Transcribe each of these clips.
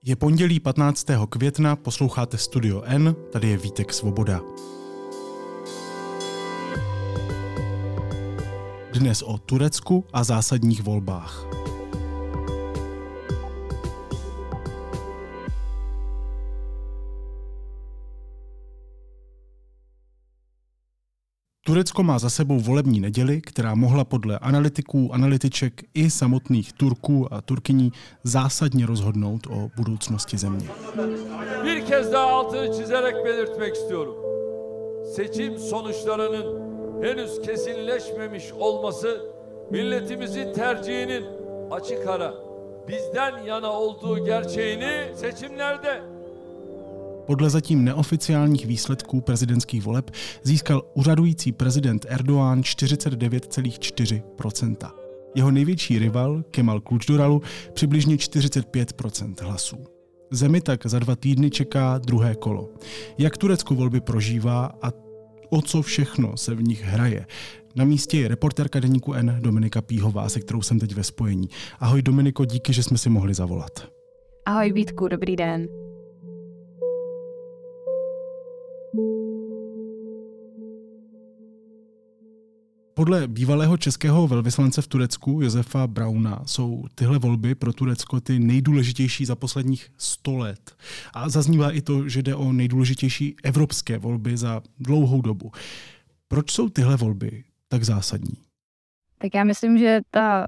Je pondělí 15. května, posloucháte Studio N, tady je Vítek Svoboda. Dnes o Turecku a zásadních volbách. Turecko má za sebou volební neděli, která mohla podle analytiků, analytiček i samotných Turků a Turkyní zásadně rozhodnout o budoucnosti země. Bir kez daha altını çizerek belirtmek istiyorum. Seçim sonuçlarının henüz kesinleşmemiş olması milletimizin tercihinin açık ara bizden yana olduğu gerçeğini seçimlerde. Podle zatím neoficiálních výsledků prezidentských voleb získal úřadující prezident Erdoğan 49,4%. Jeho největší rival Kemal Kılıçdaroğlu přibližně 45% hlasů. Zemi tak za 2 týdny čeká druhé kolo. Jak Turecko volby prožívá a o co všechno se v nich hraje? Na místě je reportérka deníku N Dominika Píhová, se kterou jsem teď ve spojení. Ahoj Dominiko, díky, že jsme si mohli zavolat. Ahoj Vítku, dobrý den. Podle bývalého českého velvyslance v Turecku Josefa Brauna jsou tyhle volby pro Turecko ty nejdůležitější za posledních 100 let. A zaznívá i to, že jde o nejdůležitější evropské volby za dlouhou dobu. Proč jsou tyhle volby tak zásadní? Tak já myslím, že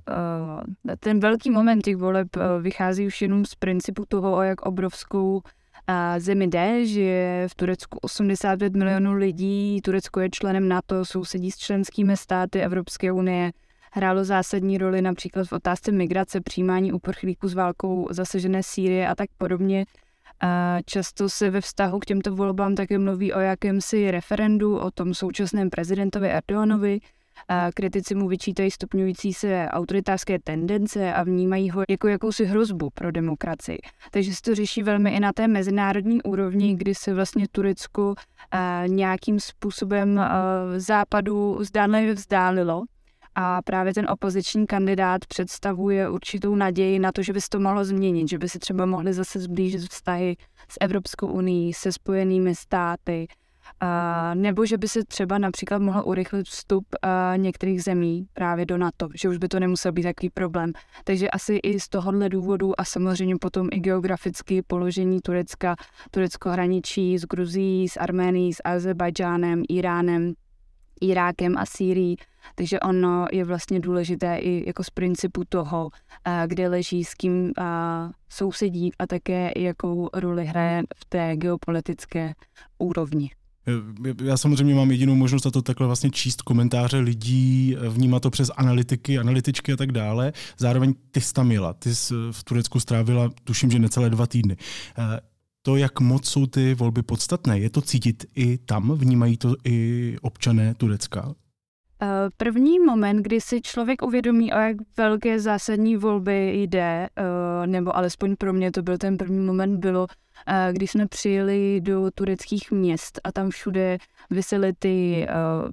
ten velký moment těch voleb vychází už jenom z principu toho, o jak obrovskou zemi jde, že je v Turecku 85 milionů lidí, Turecko je členem NATO, sousedí s členskými státy Evropské unie, hrálo zásadní roli například v otázce migrace, přijímání uprchlíků z válkou zasažené Sýrie a tak podobně. Často se ve vztahu k těmto volbám také mluví o jakémsi referendu, o tom současném prezidentovi Erdoganovi. Kritici mu vyčítají stupňující se autoritářské tendence a vnímají ho jako jakousi hrozbu pro demokracii. Takže se to řeší velmi i na té mezinárodní úrovni, kdy se vlastně Turecko nějakým způsobem západu zdánlivě vzdálilo. A právě ten opoziční kandidát představuje určitou naději na to, že by se to mohlo změnit, že by se třeba mohly zase zblížit vztahy s Evropskou unií, se Spojenými státy, nebo že by se třeba například mohl urychlit vstup některých zemí právě do NATO, že už by to nemusel být takový problém. Takže asi i z tohohle důvodu a samozřejmě potom i geograficky položení Turecka. Turecko hraničí s Gruzií, s Arménií, s Azerbajdžánem, Iránem, Irákem a Sýrií, takže ono je vlastně důležité i jako z principu toho, kde leží, s kým sousedí a také jakou roli hraje v té geopolitické úrovni. Já samozřejmě mám jedinou možnost, a to takhle vlastně číst komentáře lidí, vnímat to přes analytiky, analytičky a tak dále. Zároveň ty jsi tam jela, ty jsi v Turecku strávila, tuším, že necelé 2 týdny. To, jak moc jsou ty volby podstatné, je to cítit i tam? Vnímají to i občané Turecka? První moment, kdy si člověk uvědomí, o jak velké zásadní volby jde, nebo alespoň pro mě to byl ten první moment, bylo, když jsme přijeli do tureckých měst a tam všude visely ty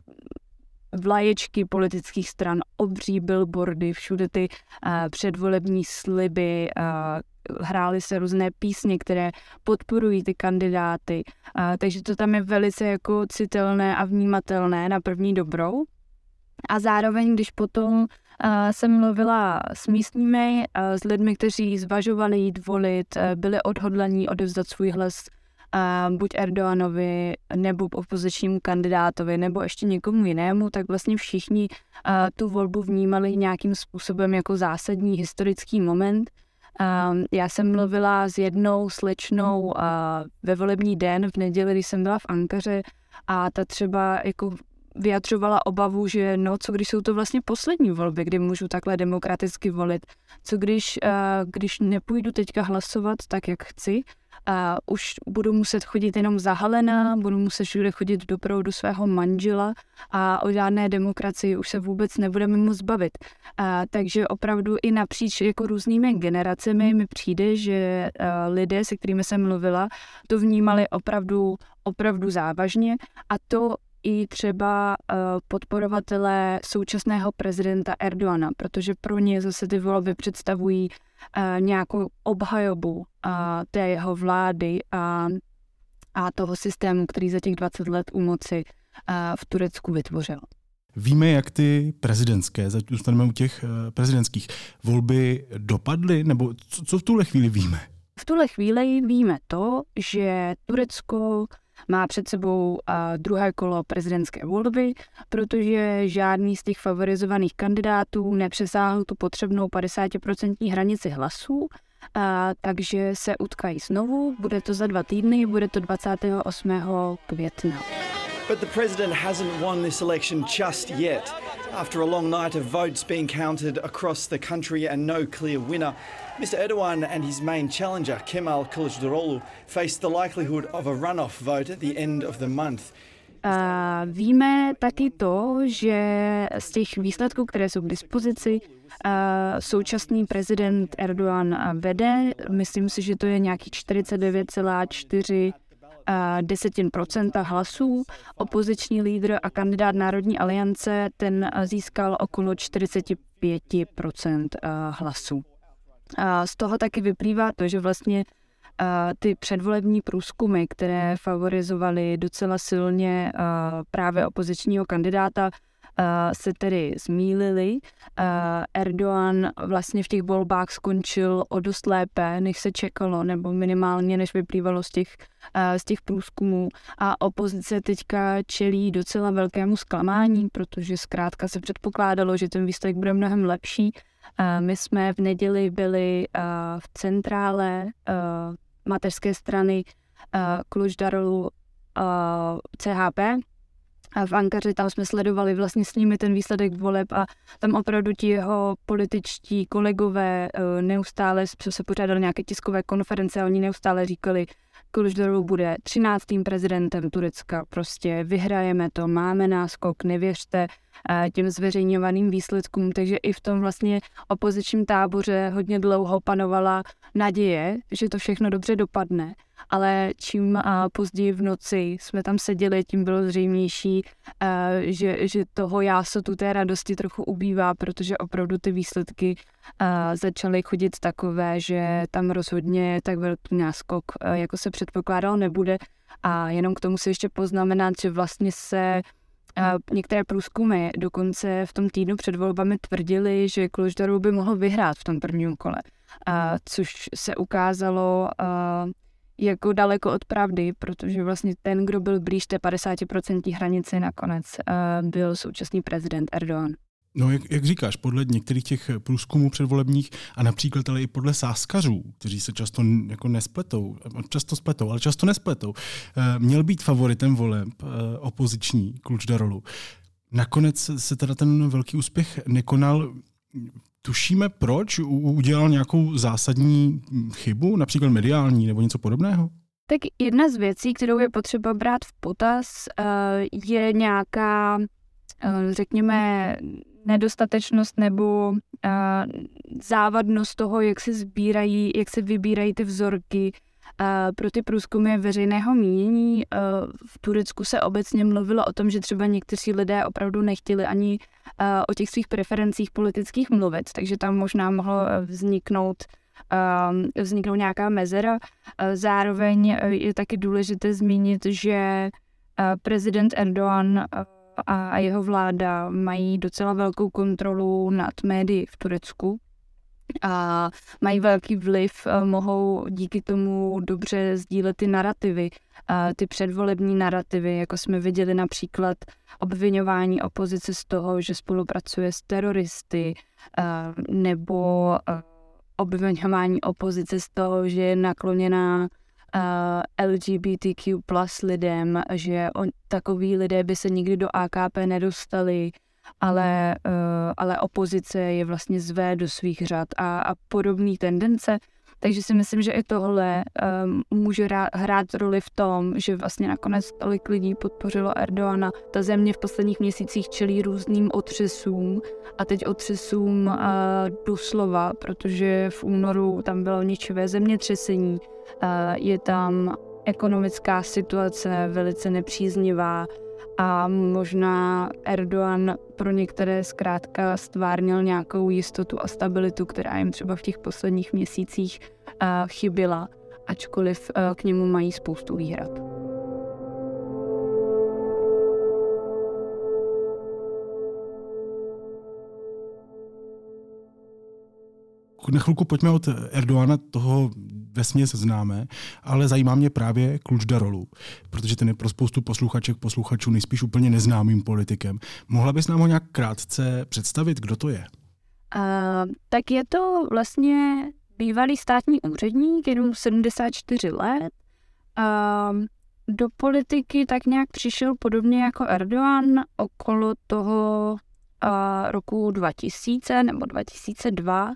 vlaječky politických stran, obří billboardy, všude ty předvolební sliby, hrály se různé písně, které podporují ty kandidáty, takže to tam je velice jako citelné a vnímatelné na první dobrou. A zároveň, když potom jsem mluvila s místními, s lidmi, kteří zvažovali jít volit, byli odhodlaní odevzdat svůj hlas buď Erdoganovi, nebo opozičnímu kandidátovi, nebo ještě někomu jinému, tak vlastně všichni tu volbu vnímali nějakým způsobem jako zásadní historický moment. Já jsem mluvila s jednou slečnou ve volební den v neděli, když jsem byla v Ankaře, a ta třeba jako vyjadřovala obavu, že no, co když jsou to vlastně poslední volby, kdy můžu takhle demokraticky volit, co když nepůjdu teďka hlasovat tak, jak chci, už budu muset chodit jenom zahalená, budu muset všude chodit doprovodu svého manžela a o žádné demokracii už se vůbec nebudeme moc bavit. Takže opravdu i napříč jako různými generacemi mi přijde, že lidé, se kterými jsem mluvila, to vnímali opravdu závažně, a to i třeba podporovatelé současného prezidenta Erdoğana, protože pro ně zase ty volby představují nějakou obhajobu té jeho vlády a toho systému, který za těch 20 let u moci v Turecku vytvořil. Víme, jak ty prezidentské, zůstaneme u těch prezidentských, volby dopadly, nebo co v tuhle chvíli víme? V tuhle chvíli víme to, že Turecko má před sebou druhé kolo prezidentské volby, protože žádný z těch favorizovaných kandidátů nepřesáhl tu potřebnou 50% hranici hlasů, takže se utkají znovu, bude to za 2 týdny, bude to 28. května. But the president hasn't won this election just yet. After a long night of votes being counted across the country and no clear winner, Mr. Erdogan and his main challenger, Kemal Kılıçdaroğlu, face the likelihood of a runoff vote at the end of the month. Víme taky to, že z těch výsledků, které jsou k dispozici, současný prezident Erdogan vede. Myslím si, že to je nějaký 49,4% hlasů. Opoziční lídr a kandidát Národní aliance, ten získal okolo 45% hlasů. Z toho taky vyplývá to, že vlastně ty předvolební průzkumy, které favorizovaly docela silně právě opozičního kandidáta, se tedy zmýlily. Erdogan vlastně v těch volbách skončil o dost lépe, než se čekalo, nebo minimálně než vyplývalo z těch průzkumů. A opozice teďka čelí docela velkému zklamání, protože zkrátka se předpokládalo, že ten výsledek bude mnohem lepší. My jsme v neděli byli v centrále mateřské strany Kılıçdaroğlu CHP. A v Ankaře tam jsme sledovali vlastně s nimi ten výsledek voleb a tam opravdu ti jeho političtí kolegové neustále se pořádali nějaké tiskové konference a oni neustále říkali, Kılıçdaroğlu bude 13. prezidentem Turecka, prostě vyhrajeme to, máme náskok, nevěřte těm zveřejňovaným výsledkům, takže i v tom vlastně opozičním táboře hodně dlouho panovala naděje, že to všechno dobře dopadne, ale čím později v noci jsme tam seděli, tím bylo zřejmější, že toho jásotu té radosti trochu ubývá, protože opravdu ty výsledky začaly chodit takové, že tam rozhodně tak velký náskok, jako se předpokládal, nebude. A jenom k tomu si ještě poznamenat, že vlastně se některé průzkumy dokonce v tom týdnu před volbami tvrdili, že Kılıçdaroğlu by mohl vyhrát v tom prvním kole, což se ukázalo jako daleko od pravdy, protože vlastně ten, kdo byl blíž té 50% hranici, nakonec byl současný prezident Erdogan. No, jak říkáš, podle některých těch průzkumů předvolebních a například ale i podle sázkařů, kteří se často jako spletou, ale často nespletou, měl být favoritem voleb opoziční Kılıçdaroğlu. Nakonec se teda ten velký úspěch nekonal. Tušíme, proč? Udělal nějakou zásadní chybu, například mediální nebo něco podobného? Tak jedna z věcí, kterou je potřeba brát v potaz, je nějaká, řekněme, nedostatečnost nebo závadnost toho, jak se vybírají ty vzorky pro ty průzkumy veřejného mínění. V Turecku se obecně mluvilo o tom, že třeba někteří lidé opravdu nechtěli ani o těch svých preferencích politických mluvit, takže tam možná mohlo vzniknout nějaká mezera. Zároveň je taky důležité zmínit, že prezident Erdogan a jeho vláda mají docela velkou kontrolu nad médii v Turecku a mají velký vliv, mohou díky tomu dobře sdílet ty narrativy, ty předvolební narrativy, jako jsme viděli například obviňování opozice z toho, že spolupracuje s teroristy, nebo obviňování opozice z toho, že je nakloněná LGBTQ plus lidem, že takoví lidé by se nikdy do AKP nedostali, ale opozice je vlastně zve do svých řad a podobné tendence. Takže si myslím, že i tohle může hrát roli v tom, že vlastně nakonec tolik lidí podpořilo Erdogana. Ta země v posledních měsících čelí různým otřesům a teď otřesům doslova, protože v únoru tam bylo ničivé zemětřesení, je tam ekonomická situace velice nepříznivá a možná Erdogan pro některé zkrátka stvárnil nějakou jistotu a stabilitu, která jim třeba v těch posledních měsících chyběla, ačkoliv k němu mají spoustu výhrad. Na chvilku pojďme od Erdogana, toho vesměs známe, ale zajímá mě právě Kılıçdaroğlu, protože ten je pro spoustu posluchačů nejspíš úplně neznámým politikem. Mohla bys nám ho nějak krátce představit, kdo to je? Tak je to vlastně bývalý státní úředník, jenom 74 let. Do politiky tak nějak přišel podobně jako Erdogan okolo toho roku 2000 nebo 2002.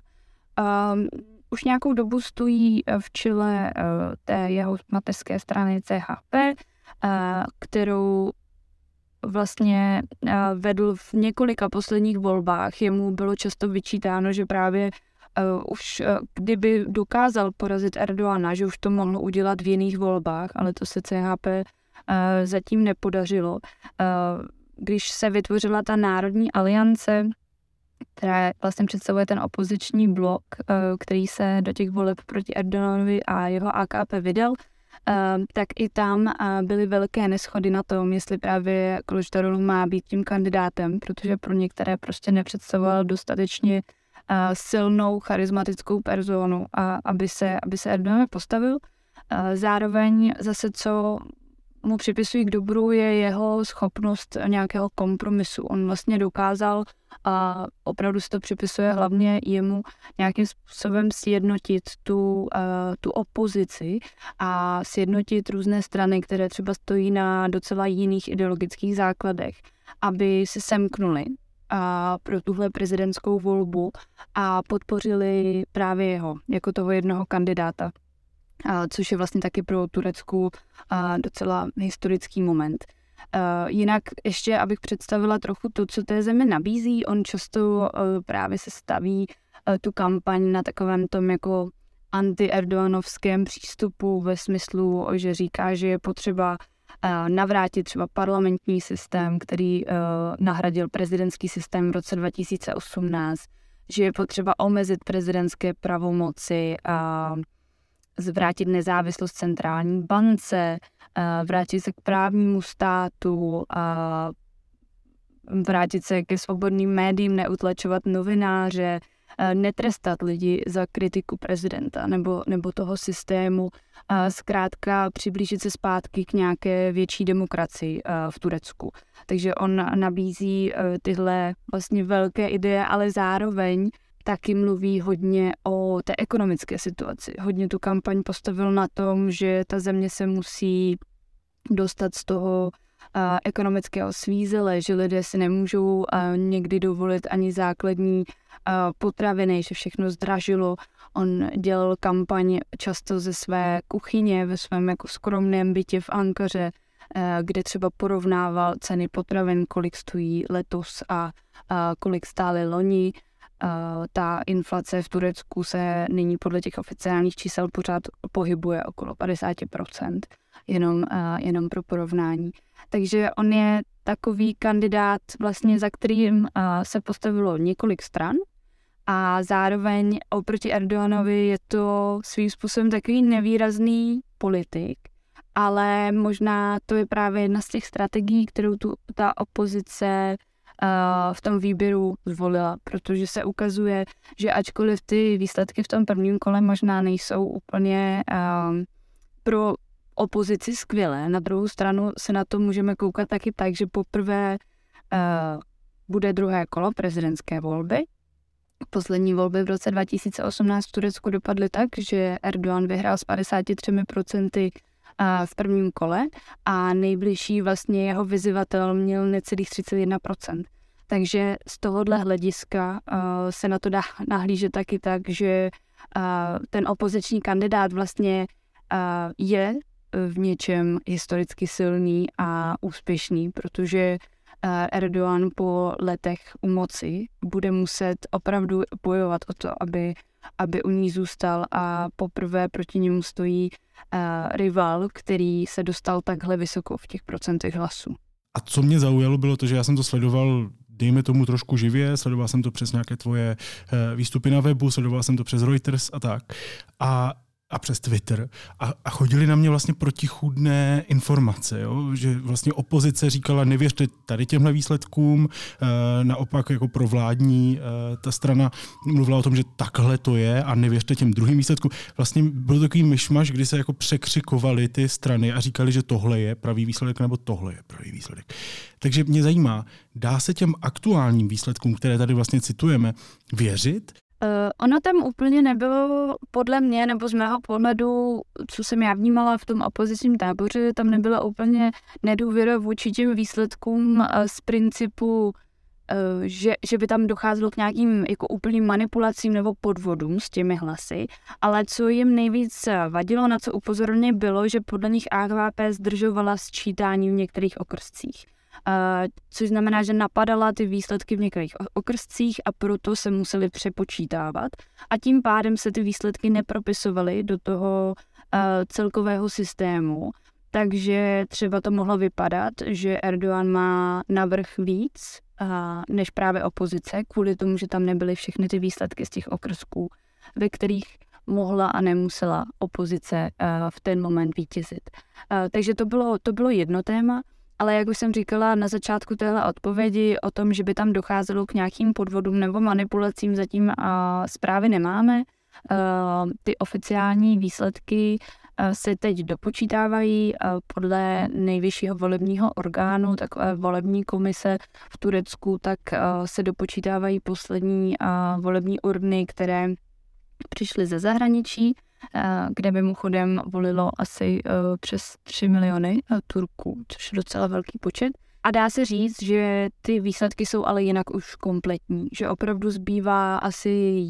Už nějakou dobu stojí v čele té jeho mateřské strany CHP, kterou vlastně vedl v několika posledních volbách. Jemu bylo často vyčítáno, že právě už kdyby dokázal porazit Erdogana, že už to mohl udělat v jiných volbách, ale to se CHP zatím nepodařilo. Když se vytvořila ta Národní aliance, která vlastně představuje ten opoziční blok, který se do těch voleb proti Erdoganovi a jeho AKP vydal, tak i tam byly velké neshody na tom, jestli právě Kılıçdaroğlu má být tím kandidátem, protože pro některé prostě nepředstavoval dostatečně silnou charismatickou personu, aby se Erdogan postavil. Zároveň zase, co mu připisují k dobru, je jeho schopnost nějakého kompromisu. On vlastně dokázal, a opravdu se to připisuje hlavně jemu, nějakým způsobem sjednotit tu opozici a sjednotit různé strany, které třeba stojí na docela jiných ideologických základech, aby se semknuli pro tuhle prezidentskou volbu a podpořili právě jeho, jako toho jednoho kandidáta. Což je vlastně taky pro Turecku docela historický moment. Jinak ještě, abych představila trochu to, co té zemi nabízí, on často právě se staví tu kampaň na takovém tom jako anti-erdoganovském přístupu ve smyslu, že říká, že je potřeba navrátit třeba parlamentní systém, který nahradil prezidentský systém v roce 2018, že je potřeba omezit prezidentské pravomoci a zvrátit nezávislost centrální bance, vrátit se k právnímu státu, vrátit se ke svobodným médiím, neutlačovat novináře, netrestat lidi za kritiku prezidenta nebo toho systému, zkrátka přiblížit se zpátky k nějaké větší demokracii v Turecku. Takže on nabízí tyhle vlastně velké ideje, ale zároveň taky mluví hodně o té ekonomické situaci. Hodně tu kampaň postavil na tom, že ta země se musí dostat z toho ekonomického svízele, že lidé si nemůžou někdy dovolit ani základní potraviny, že všechno zdražilo. On dělal kampaň často ze své kuchyně, ve svém jako skromném bytě v Ankaře, kde třeba porovnával ceny potravin, kolik stojí letos a kolik stály loni. Ta inflace v Turecku se nyní podle těch oficiálních čísel pořád pohybuje okolo 50%, jenom pro porovnání. Takže on je takový kandidát, vlastně za kterým se postavilo několik stran a zároveň oproti Erdoganovi je to svým způsobem takový nevýrazný politik, ale možná to je právě jedna z těch strategií, kterou ta opozice v tom výběru zvolila, protože se ukazuje, že ačkoliv ty výsledky v tom prvním kole možná nejsou úplně pro opozici skvělé, na druhou stranu se na to můžeme koukat taky tak, že poprvé bude druhé kolo prezidentské volby. Poslední volby v roce 2018 v Turecku dopadly tak, že Erdogan vyhrál s 53% v prvním kole a nejbližší vlastně jeho vyzývatel měl necelých 31%. Takže z tohohle hlediska se na to dá nahlížet taky tak, že ten opoziční kandidát vlastně je v něčem historicky silný a úspěšný, protože Erdogan po letech u moci bude muset opravdu bojovat o to, aby u ní zůstal a poprvé proti němu stojí rival, který se dostal takhle vysoko v těch procentech hlasů. A co mě zaujalo, bylo to, že já jsem to sledoval dejme tomu trošku živě, sledoval jsem to přes nějaké tvoje výstupy na webu, sledoval jsem to přes Reuters a tak. A přes Twitter. A chodili na mě vlastně protichůdné informace, jo? Že vlastně opozice říkala, nevěřte tady těmhle výsledkům, naopak jako provládní ta strana mluvila o tom, že takhle to je a nevěřte těm druhým výsledkům. Vlastně byl takový myšmaš, kdy se jako překřikovaly ty strany a říkali, že tohle je pravý výsledek nebo tohle je pravý výsledek. Takže mě zajímá, dá se těm aktuálním výsledkům, které tady vlastně citujeme, věřit? Ono tam úplně nebylo podle mě, nebo z mého pohledu, co jsem já vnímala v tom opozičním táboře, tam nebyla úplně nedůvěra vůči těm výsledkům z principu, že by tam docházelo k nějakým jako úplným manipulacím nebo podvodům s těmi hlasy, ale co jim nejvíc vadilo, na co upozorně bylo, že podle nich AKP zdržovala sčítání v některých okrscích. Což znamená, že napadala ty výsledky v některých okrscích a proto se museli přepočítávat a tím pádem se ty výsledky nepropisovaly do toho celkového systému. Takže třeba to mohlo vypadat, že Erdogan má navrch víc než právě opozice, kvůli tomu, že tam nebyly všechny ty výsledky z těch okrsků, ve kterých mohla a nemusela opozice v ten moment vítězit. Takže to bylo jedno téma. Ale jak už jsem říkala na začátku téhle odpovědi o tom, že by tam docházelo k nějakým podvodům nebo manipulacím, zatím zprávy nemáme. Ty oficiální výsledky se teď dopočítávají podle nejvyššího volebního orgánu, takové volební komise v Turecku, tak se dopočítávají poslední volební urny, které přišly ze zahraničí, kde mimochodem volilo asi přes 3 miliony Turků, což je docela velký počet. A dá se říct, že ty výsledky jsou ale jinak už kompletní, že opravdu zbývá asi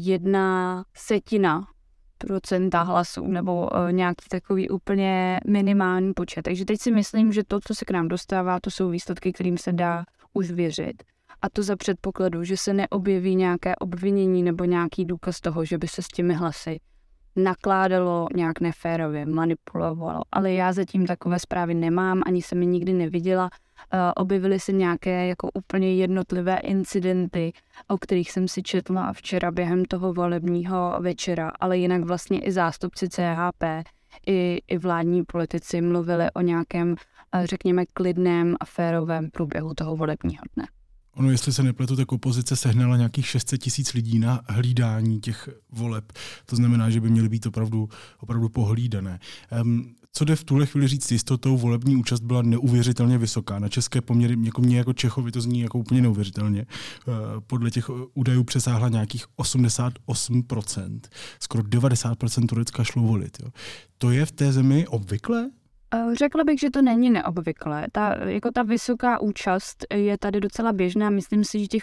1/10% hlasů nebo nějaký takový úplně minimální počet. Takže teď si myslím, že to, co se k nám dostává, to jsou výsledky, kterým se dá už věřit. A to za předpokladu, že se neobjeví nějaké obvinění nebo nějaký důkaz toho, že by se s těmi hlasy nakládalo nějak neférově, manipulovalo. Ale já zatím takové zprávy nemám, ani jsem je nikdy neviděla. Objevily se nějaké jako úplně jednotlivé incidenty, o kterých jsem si četla včera během toho volebního večera, ale jinak vlastně i zástupci CHP, i vládní politici mluvili o nějakém, řekněme, klidném a férovém průběhu toho volebního dne. Ono, jestli se nepletu, tak opozice sehnala nějakých 600 000 lidí na hlídání těch voleb. To znamená, že by měly být opravdu pohlídané. Co jde v tuhle chvíli říct s jistotou, volební účast byla neuvěřitelně vysoká. Na české poměry, mě jako Čechovi to zní jako úplně neuvěřitelně. Podle těch údajů přesáhla nějakých 88%. Skoro 90% Turecka šlo volit. Jo. To je v té zemi obvyklé? Řekla bych, že to není neobvyklé. Ta vysoká účast je tady docela běžná. Myslím si, že těch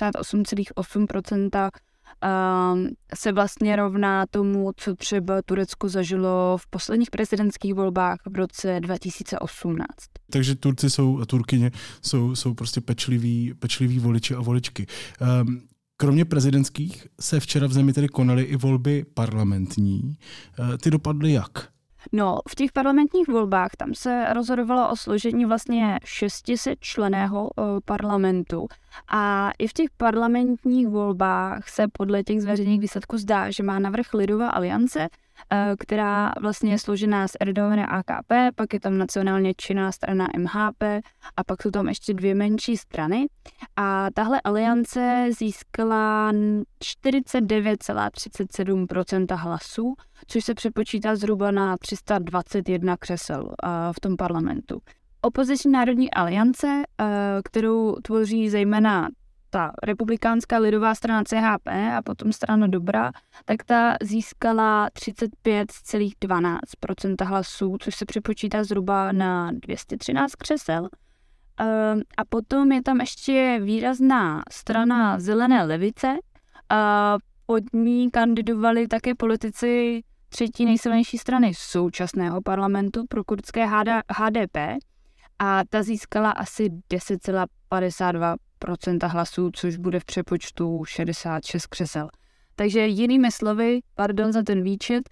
88,8% se vlastně rovná tomu, co třeba Turecko zažilo v posledních prezidentských volbách v roce 2018. Takže Turci a Turkyně jsou prostě pečliví voliči a voličky. Kromě prezidentských se včera v zemi tedy konaly i volby parlamentní. Ty dopadly jak? No, v těch parlamentních volbách tam se rozhodovalo o složení vlastně 600členného parlamentu a i v těch parlamentních volbách se podle těch zveřejněných výsledků zdá, že má navrch Lidová aliance, která vlastně je složená z Erdoğana AKP, pak je tam nacionálně činná strana MHP a pak jsou tam ještě 2 menší strany. A tahle aliance získala 49,37% hlasů, což se přepočítá zhruba na 321 křesel v tom parlamentu. Opoziční národní aliance, kterou tvoří zejména ta republikánská lidová strana CHP a potom strana Dobra, tak ta získala 35,12% hlasů, což se přepočítá zhruba na 213 křesel. A potom je tam ještě výrazná strana Zelené levice. Pod ní kandidovali také politici třetí nejsilnější strany současného parlamentu pro kurdské HDP a ta získala asi 10,52% hlasů, což bude v přepočtu 66 křesel. Takže jinými slovy, pardon za ten výčet,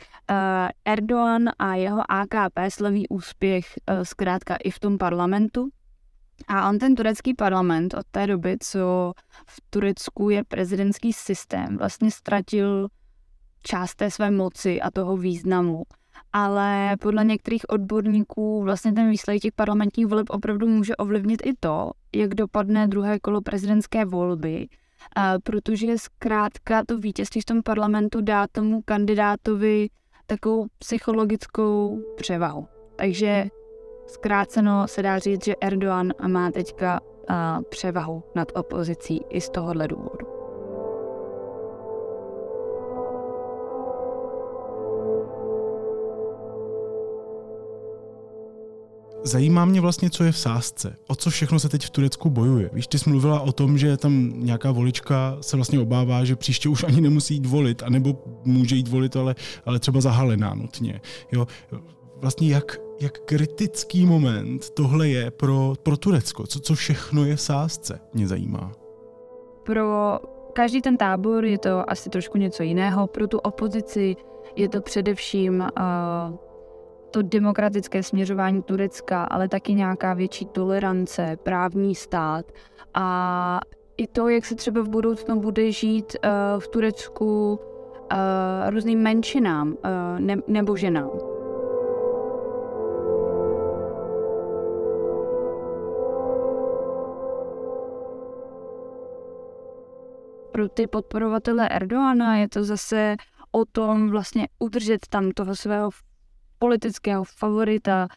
Erdoğan a jeho AKP slaví úspěch zkrátka i v tom parlamentu. A on ten turecký parlament od té doby, co v Turecku je prezidentský systém, vlastně ztratil část té své moci a toho významu. Ale podle některých odborníků vlastně ten výsledek těch parlamentních voleb opravdu může ovlivnit i to, jak dopadne druhé kolo prezidentské volby, protože zkrátka to vítězství v tom parlamentu dá tomu kandidátovi takovou psychologickou převahu. Takže zkráceno se dá říct, že Erdogan má teďka převahu nad opozicí i z tohohle důvodu. Zajímá mě vlastně, co je v sázce. O co všechno se teď v Turecku bojuje. Víš, ty jsi mluvila o tom, že tam nějaká volička se vlastně obává, že příště už ani nemusí jít volit, anebo může jít volit, ale třeba zahalená nutně. Jo, vlastně jak kritický moment tohle je pro Turecko? Co všechno je v sázce, mě zajímá. Pro každý ten tábor je to asi trošku něco jiného. Pro tu opozici je to především to demokratické směřování Turecka, ale taky nějaká větší tolerance, právní stát a i to, jak se třeba v budoucnu bude žít v Turecku různým menšinám nebo ženám. Pro ty podporovatele Erdogana je to zase o tom vlastně udržet tam toho svého politického favorita,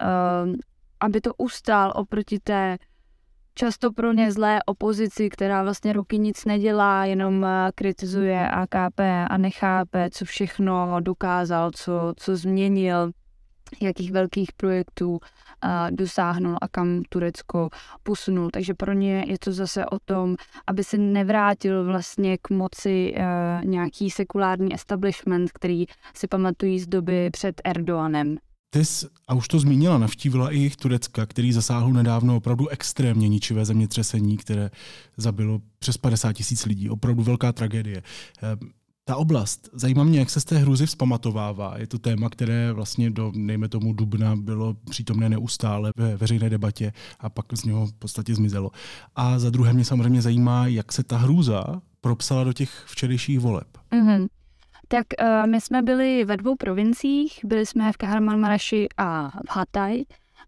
aby to ustál oproti té často pro ně zlé opozici, která vlastně roky nic nedělá, jenom kritizuje AKP a nechápe, co všechno dokázal, co změnil, jakých velkých projektů dosáhnul a kam Turecko posunul. Takže pro ně je to zase o tom, aby se nevrátil vlastně k moci nějaký sekulární establishment, který si pamatují z doby před Erdoganem. Ty jsi, a už to zmínila, navštívila i jich Turecka, který zasáhl nedávno opravdu extrémně ničivé zemětřesení, které zabilo přes 50 000 lidí. Opravdu velká tragédie. Ta oblast, zajímá mě, jak se z té hrůzy vzpamatovává. Je to téma, které vlastně do, dejme tomu, dubna bylo přítomné neustále ve veřejné debatě a pak z něho v podstatě zmizelo. A za druhé mě samozřejmě zajímá, jak se ta hrůza propsala do těch včerejších voleb. Mm-hmm. Tak my jsme byli ve 2 provinciích, byli jsme v Kahramanmaraši a v Hatay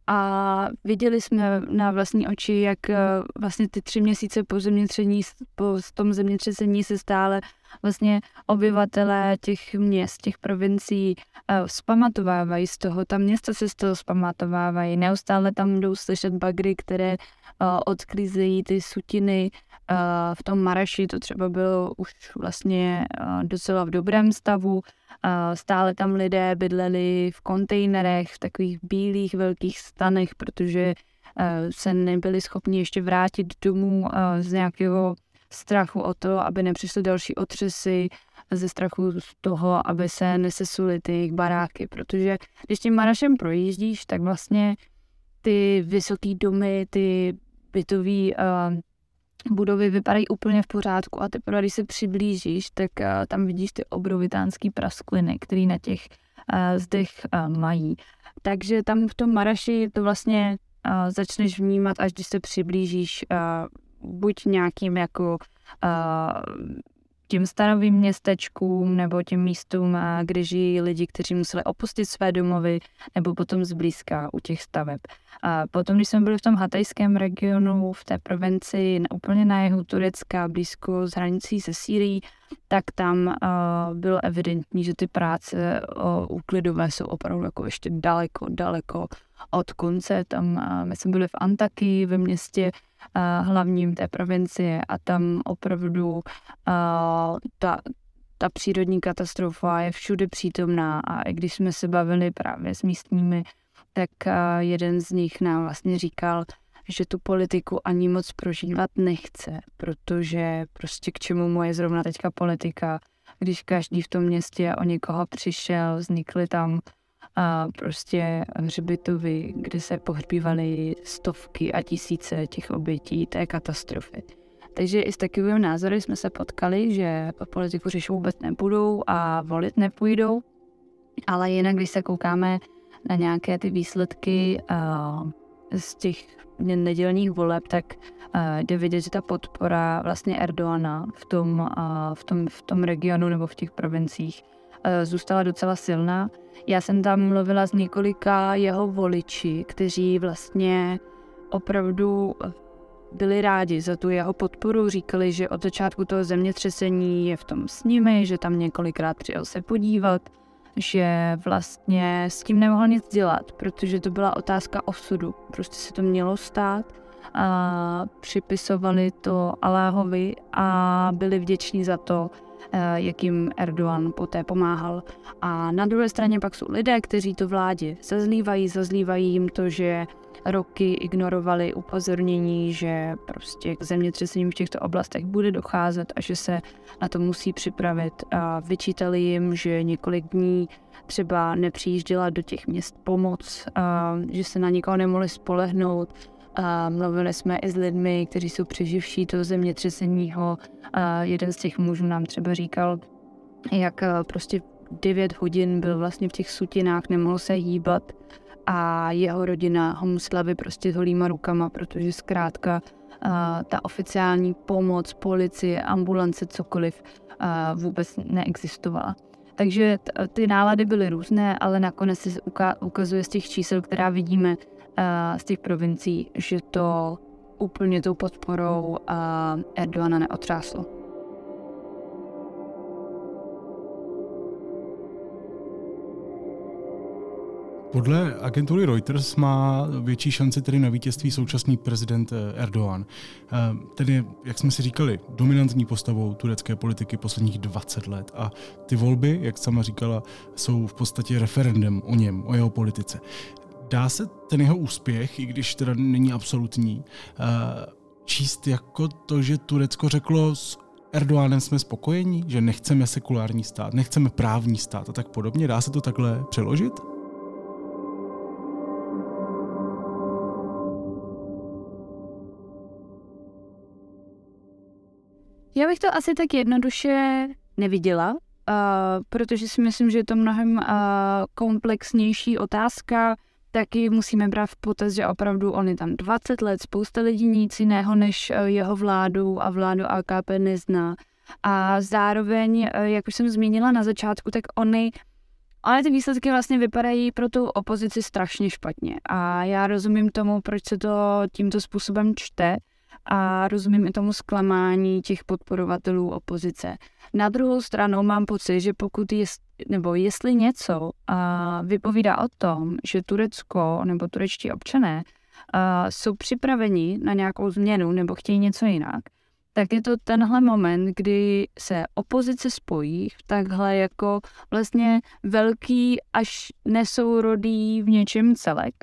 a viděli jsme na vlastní oči, jak vlastně ty 3 měsíce po tom zemětřesení se stále vlastně obyvatelé těch měst, těch provincií vzpamatovávají z toho, ta města se z toho vzpamatovávají, neustále tam jdou slyšet bagry, které odklízejí ty sutiny. V tom Maraši to třeba bylo už vlastně docela v dobrém stavu. Stále tam lidé bydleli v kontejnerech, v takových bílých velkých stanech, protože se nebyli schopni ještě vrátit domů z nějakého strachu o to, aby nepřišly další otřesy, ze strachu z toho, aby se nesesuly ty jejich baráky, protože když tím Marašem projíždíš, tak vlastně ty vysoké domy, ty bytové budovy vypadají úplně v pořádku a teprve, když se přiblížíš, tak tam vidíš ty obrovitánský praskliny, který na těch zdech mají. Takže tam v tom Maraši to vlastně začneš vnímat, až když se přiblížíš buď nějakým jako tím stanovým městečkům nebo těm místům, kde žijí lidi, kteří museli opustit své domovy, nebo potom zblízka u těch staveb. A potom, když jsme byli v tom hatajském regionu, v té provincii úplně na jihu Turecka, blízko s hranicí se Sýrií, tak tam bylo evidentní, že ty práce úklidové jsou opravdu jako ještě daleko od konce. Tam my jsme byli v Antakii, ve městě hlavním té provincie a tam opravdu ta přírodní katastrofa je všude přítomná a i když jsme se bavili právě s místními, tak jeden z nich nám vlastně říkal, že tu politiku ani moc prožívat nechce, protože prostě k čemu mu je zrovna teďka politika, když každý v tom městě o někoho přišel, vznikly tam prostě hřbitovy, kde se pohřbívaly stovky a tisíce těch obětí té katastrofy. Takže i s takovým názory jsme se potkali, že politiku řešit vůbec nebudou a volit nepůjdou, ale jinak, když se koukáme na nějaké ty výsledky z těch nedělních voleb, tak jde vidět, že ta podpora vlastně Erdoğana v tom regionu nebo v těch provinciích zůstala docela silná. Já jsem tam mluvila s několika jeho voliči, kteří vlastně opravdu byli rádi za tu jeho podporu, říkali, že od začátku toho zemětřesení je v tom s nimi, že tam několikrát přijel se podívat, že vlastně s tím nemohl nic dělat, protože to byla otázka osudu. Prostě se to mělo stát a připisovali to Alláhovi a byli vděční za to, jak jim Erdoğan poté pomáhal. A na druhé straně pak jsou lidé, kteří to vládě zazlívají jim to, že roky ignorovali upozornění, že prostě k zemětřesením v těchto oblastech bude docházet a že se na to musí připravit. A vyčítali jim, že několik dní třeba nepřijížděla do těch měst pomoc, že se na nikoho nemohli spolehnout. Mluvili jsme i s lidmi, kteří jsou přeživší toho zemětřeseního. Jeden z těch mužů nám třeba říkal, jak prostě 9 hodin byl vlastně v těch sutinách, nemohl se hýbat a jeho rodina ho musela vyprostit holýma rukama, protože zkrátka ta oficiální pomoc, policie, ambulance, cokoliv vůbec neexistovala. Takže ty nálady byly různé, ale nakonec se ukazuje z těch čísel, která vidíme z těch provincií, že to úplně tou podporou Erdoğana neotřáslo. Podle agentury Reuters má větší šanci tedy na vítězství současný prezident Erdoğan. Ten je, jak jsme si říkali, dominantní postavou turecké politiky posledních 20 let a ty volby, jak sama říkala, jsou v podstatě referendem o něm, o jeho politice. Dá se ten jeho úspěch, i když teda není absolutní, číst jako to, že Turecko řeklo s Erdoğanem jsme spokojení, že nechceme sekulární stát, nechceme právní stát a tak podobně? Dá se to takhle přeložit? Já bych to asi tak jednoduše neviděla, protože si myslím, že je to mnohem komplexnější otázka. Taky musíme brát v potaz, že opravdu on je tam 20 let, spousta lidí nic jiného než jeho vládu a vládu AKP nezná. A zároveň, jak už jsem zmínila na začátku, tak ale ty výsledky vlastně vypadají pro tu opozici strašně špatně. A já rozumím tomu, proč se to tímto způsobem čte a rozumím i tomu zklamání těch podporovatelů opozice. Na druhou stranu mám pocit, že jestli něco vypovídá o tom, že Turecko nebo turečtí občané jsou připraveni na nějakou změnu nebo chtějí něco jinak, tak je to tenhle moment, kdy se opozice spojí v takhle jako vlastně velký až nesourodý v něčem celek.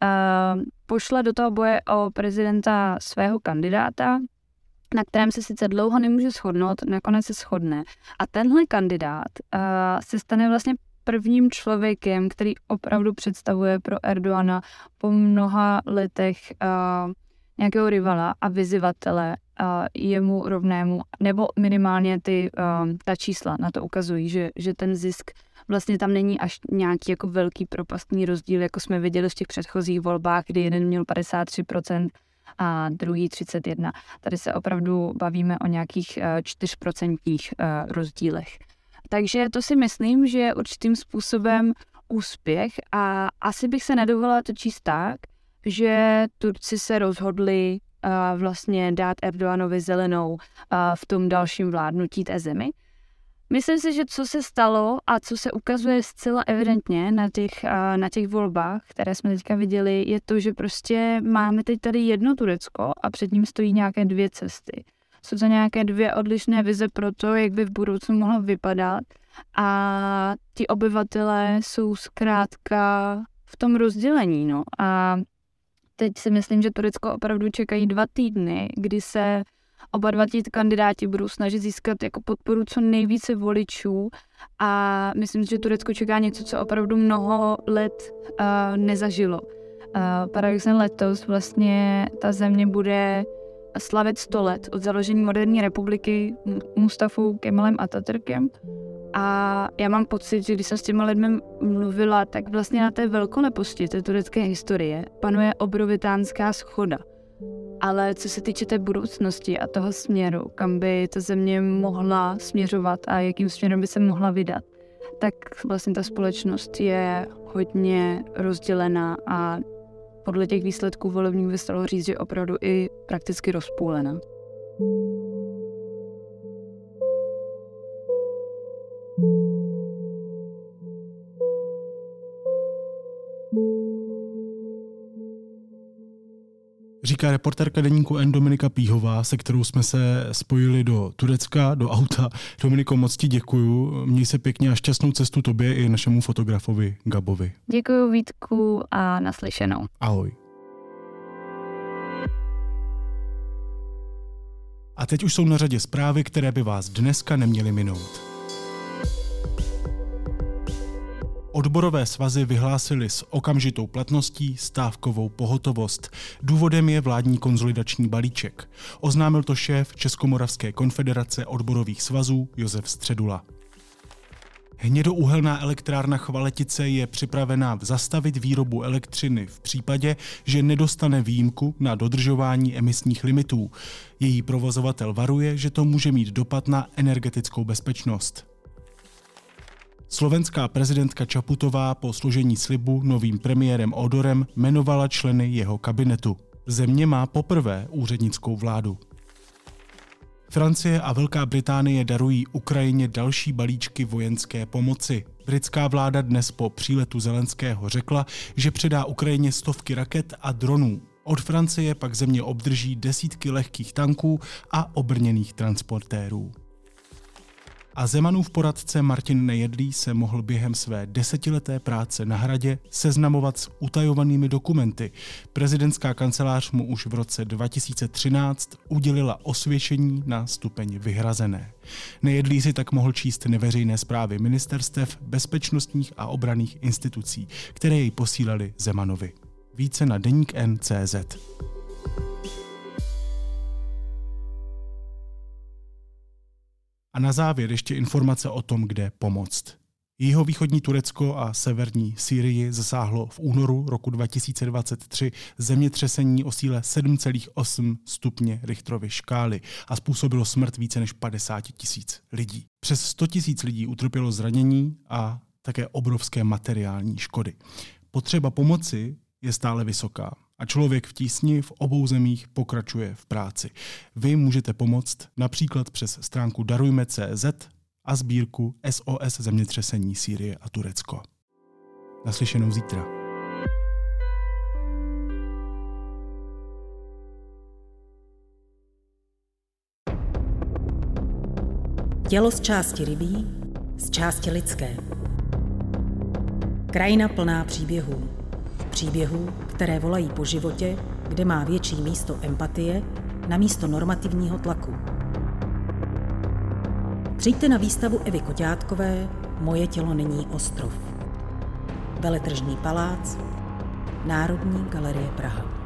Pošle do toho boje o prezidenta svého kandidáta, na kterém se sice dlouho nemůže shodnout, nakonec se shodne. A tenhle kandidát se stane vlastně prvním člověkem, který opravdu představuje pro Erdoğana po mnoha letech nějakého rivala a vyzývatele jemu rovnému, nebo minimálně ta čísla na to ukazují, že ten zisk vlastně tam není až nějaký jako velký propastný rozdíl, jako jsme viděli v těch předchozích volbách, kdy jeden měl 53% a druhý 31%. Tady se opravdu bavíme o nějakých 4% rozdílech. Takže to si myslím, že je určitým způsobem úspěch a asi bych se nedovolila to číst tak, že Turci se rozhodli vlastně dát Erdoğanovi zelenou v tom dalším vládnutí té zemi. Myslím si, že co se stalo a co se ukazuje zcela evidentně na těch volbách, které jsme teďka viděli, je to, že prostě máme teď tady jedno Turecko a před ním stojí nějaké 2 cesty. Jsou to nějaké 2 odlišné vize pro to, jak by v budoucnu mohlo vypadat a ti obyvatelé jsou zkrátka v tom rozdělení. No. A teď si myslím, že Turecko opravdu čekají 2 týdny, kdy se oba 2 kandidáti budou snažit získat jako podporu co nejvíce voličů a myslím, že Turecko čeká něco, co opravdu mnoho let nezažilo. Paradoxně letos vlastně ta země bude slavit 100 let od založení moderní republiky Mustafou Kemalem Atatürkem A já mám pocit, že když jsem s těma lidmi mluvila, tak vlastně na té velkoleposti té turecké historie panuje obrovitánská shoda. Ale co se týče té budoucnosti a toho směru, kam by ta země mohla směřovat a jakým směrem by se mohla vydat, tak vlastně ta společnost je hodně rozdělená a podle těch výsledků volebních by se dalo říct, že opravdu i prakticky rozpůlená. Říká reportérka deníku N Dominika Píhová, se kterou jsme se spojili do Turecka, do auta. Dominiko, moc ti děkuju. Měj se pěkně a šťastnou cestu tobě i našemu fotografovi Gabovi. Děkuju, Vítku, a naslyšenou. Ahoj. A teď už jsou na řadě zprávy, které by vás dneska neměly minout. Odborové svazy vyhlásily s okamžitou platností stávkovou pohotovost. Důvodem je vládní konsolidační balíček. Oznámil to šéf Českomoravské konfederace odborových svazů Josef Středula. Hnědouhelná elektrárna Chvaletice je připravená zastavit výrobu elektřiny v případě, že nedostane výjimku na dodržování emisních limitů. Její provozovatel varuje, že to může mít dopad na energetickou bezpečnost. Slovenská prezidentka Čaputová po složení slibu novým premiérem Odorem jmenovala členy jeho kabinetu. Země má poprvé úřednickou vládu. Francie a Velká Británie darují Ukrajině další balíčky vojenské pomoci. Britská vláda dnes po příletu Zelenského řekla, že předá Ukrajině stovky raket a dronů. Od Francie pak země obdrží desítky lehkých tanků a obrněných transportérů. A Zemanův poradce Martin Nejedlý se mohl během své 10leté práce na Hradě seznamovat s utajovanými dokumenty. Prezidentská kancelář mu už v roce 2013 udělila osvědčení na stupeň vyhrazené. Nejedlý si tak mohl číst neveřejné zprávy ministerstev, bezpečnostních a obranných institucí, které jej posílali Zemanovi. Více na deník N.cz. A na závěr ještě informace o tom, kde pomoct. Jihovýchodní Turecko a severní Sýrii zasáhlo v únoru roku 2023 zemětřesení o síle 7,8 stupně Richterovy škály a způsobilo smrt více než 50 000 lidí. Přes 100 000 lidí utrpělo zranění a také obrovské materiální škody. Potřeba pomoci je stále vysoká a člověk v tísni v obou zemích pokračuje v práci. Vy můžete pomoct například přes stránku darujme.cz a sbírku SOS zemětřesení Sýrie a Turecko. Naslyšenou zítra. Tělo z části rybí, z části lidské. Krajina plná příběhů. Příběhů, které volají po životě, kde má větší místo empatie na místo normativního tlaku. Přijďte na výstavu Evy Koťátkové Moje tělo není ostrov. Veletržní palác, Národní galerie Praha.